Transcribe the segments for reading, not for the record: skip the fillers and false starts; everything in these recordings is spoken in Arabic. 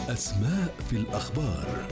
أسماء في الأخبار.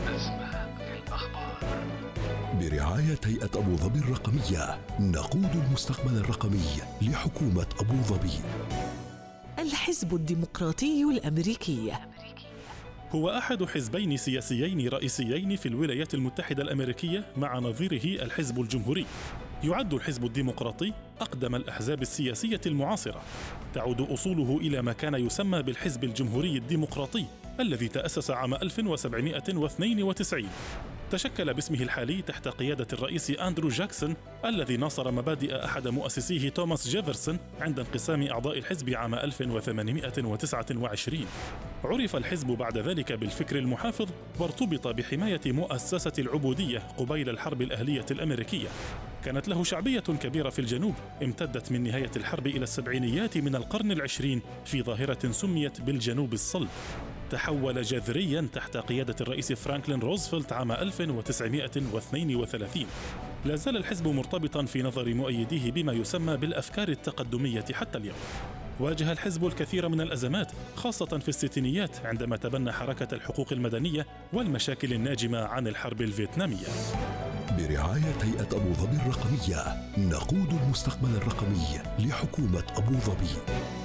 برعاية هيئة أبو ظبي الرقمية، نقود المستقبل الرقمي لحكومة أبو ظبي. الحزب الديمقراطي الأمريكي هو أحد حزبين سياسيين رئيسيين في الولايات المتحدة الأمريكية مع نظيره الحزب الجمهوري. يعد الحزب الديمقراطي أقدم الأحزاب السياسية المعاصرة. تعود أصوله إلى ما كان يسمى بالحزب الجمهوري الديمقراطي الذي تأسس عام 1792. تشكل باسمه الحالي تحت قيادة الرئيس أندرو جاكسون الذي ناصر مبادئ أحد مؤسسيه توماس جيفرسون عند انقسام أعضاء الحزب عام 1829. عرف الحزب بعد ذلك بالفكر المحافظ وارتبط بحماية مؤسسة العبودية قبيل الحرب الأهلية الأمريكية. كانت له شعبية كبيرة في الجنوب امتدت من نهاية الحرب إلى السبعينيات من القرن العشرين في ظاهرة سميت بالجنوب الصلب. تحول جذريا تحت قيادة الرئيس فرانكلين روزفلت عام 1932. لا زال الحزب مرتبطا في نظر مؤيديه بما يسمى بالأفكار التقدمية حتى اليوم. واجه الحزب الكثير من الأزمات خاصة في الستينيات عندما تبنى حركة الحقوق المدنية والمشاكل الناجمة عن الحرب الفيتنامية. برعاية هيئة أبو ظبي الرقمية، نقود المستقبل الرقمي لحكومة أبو ظبي.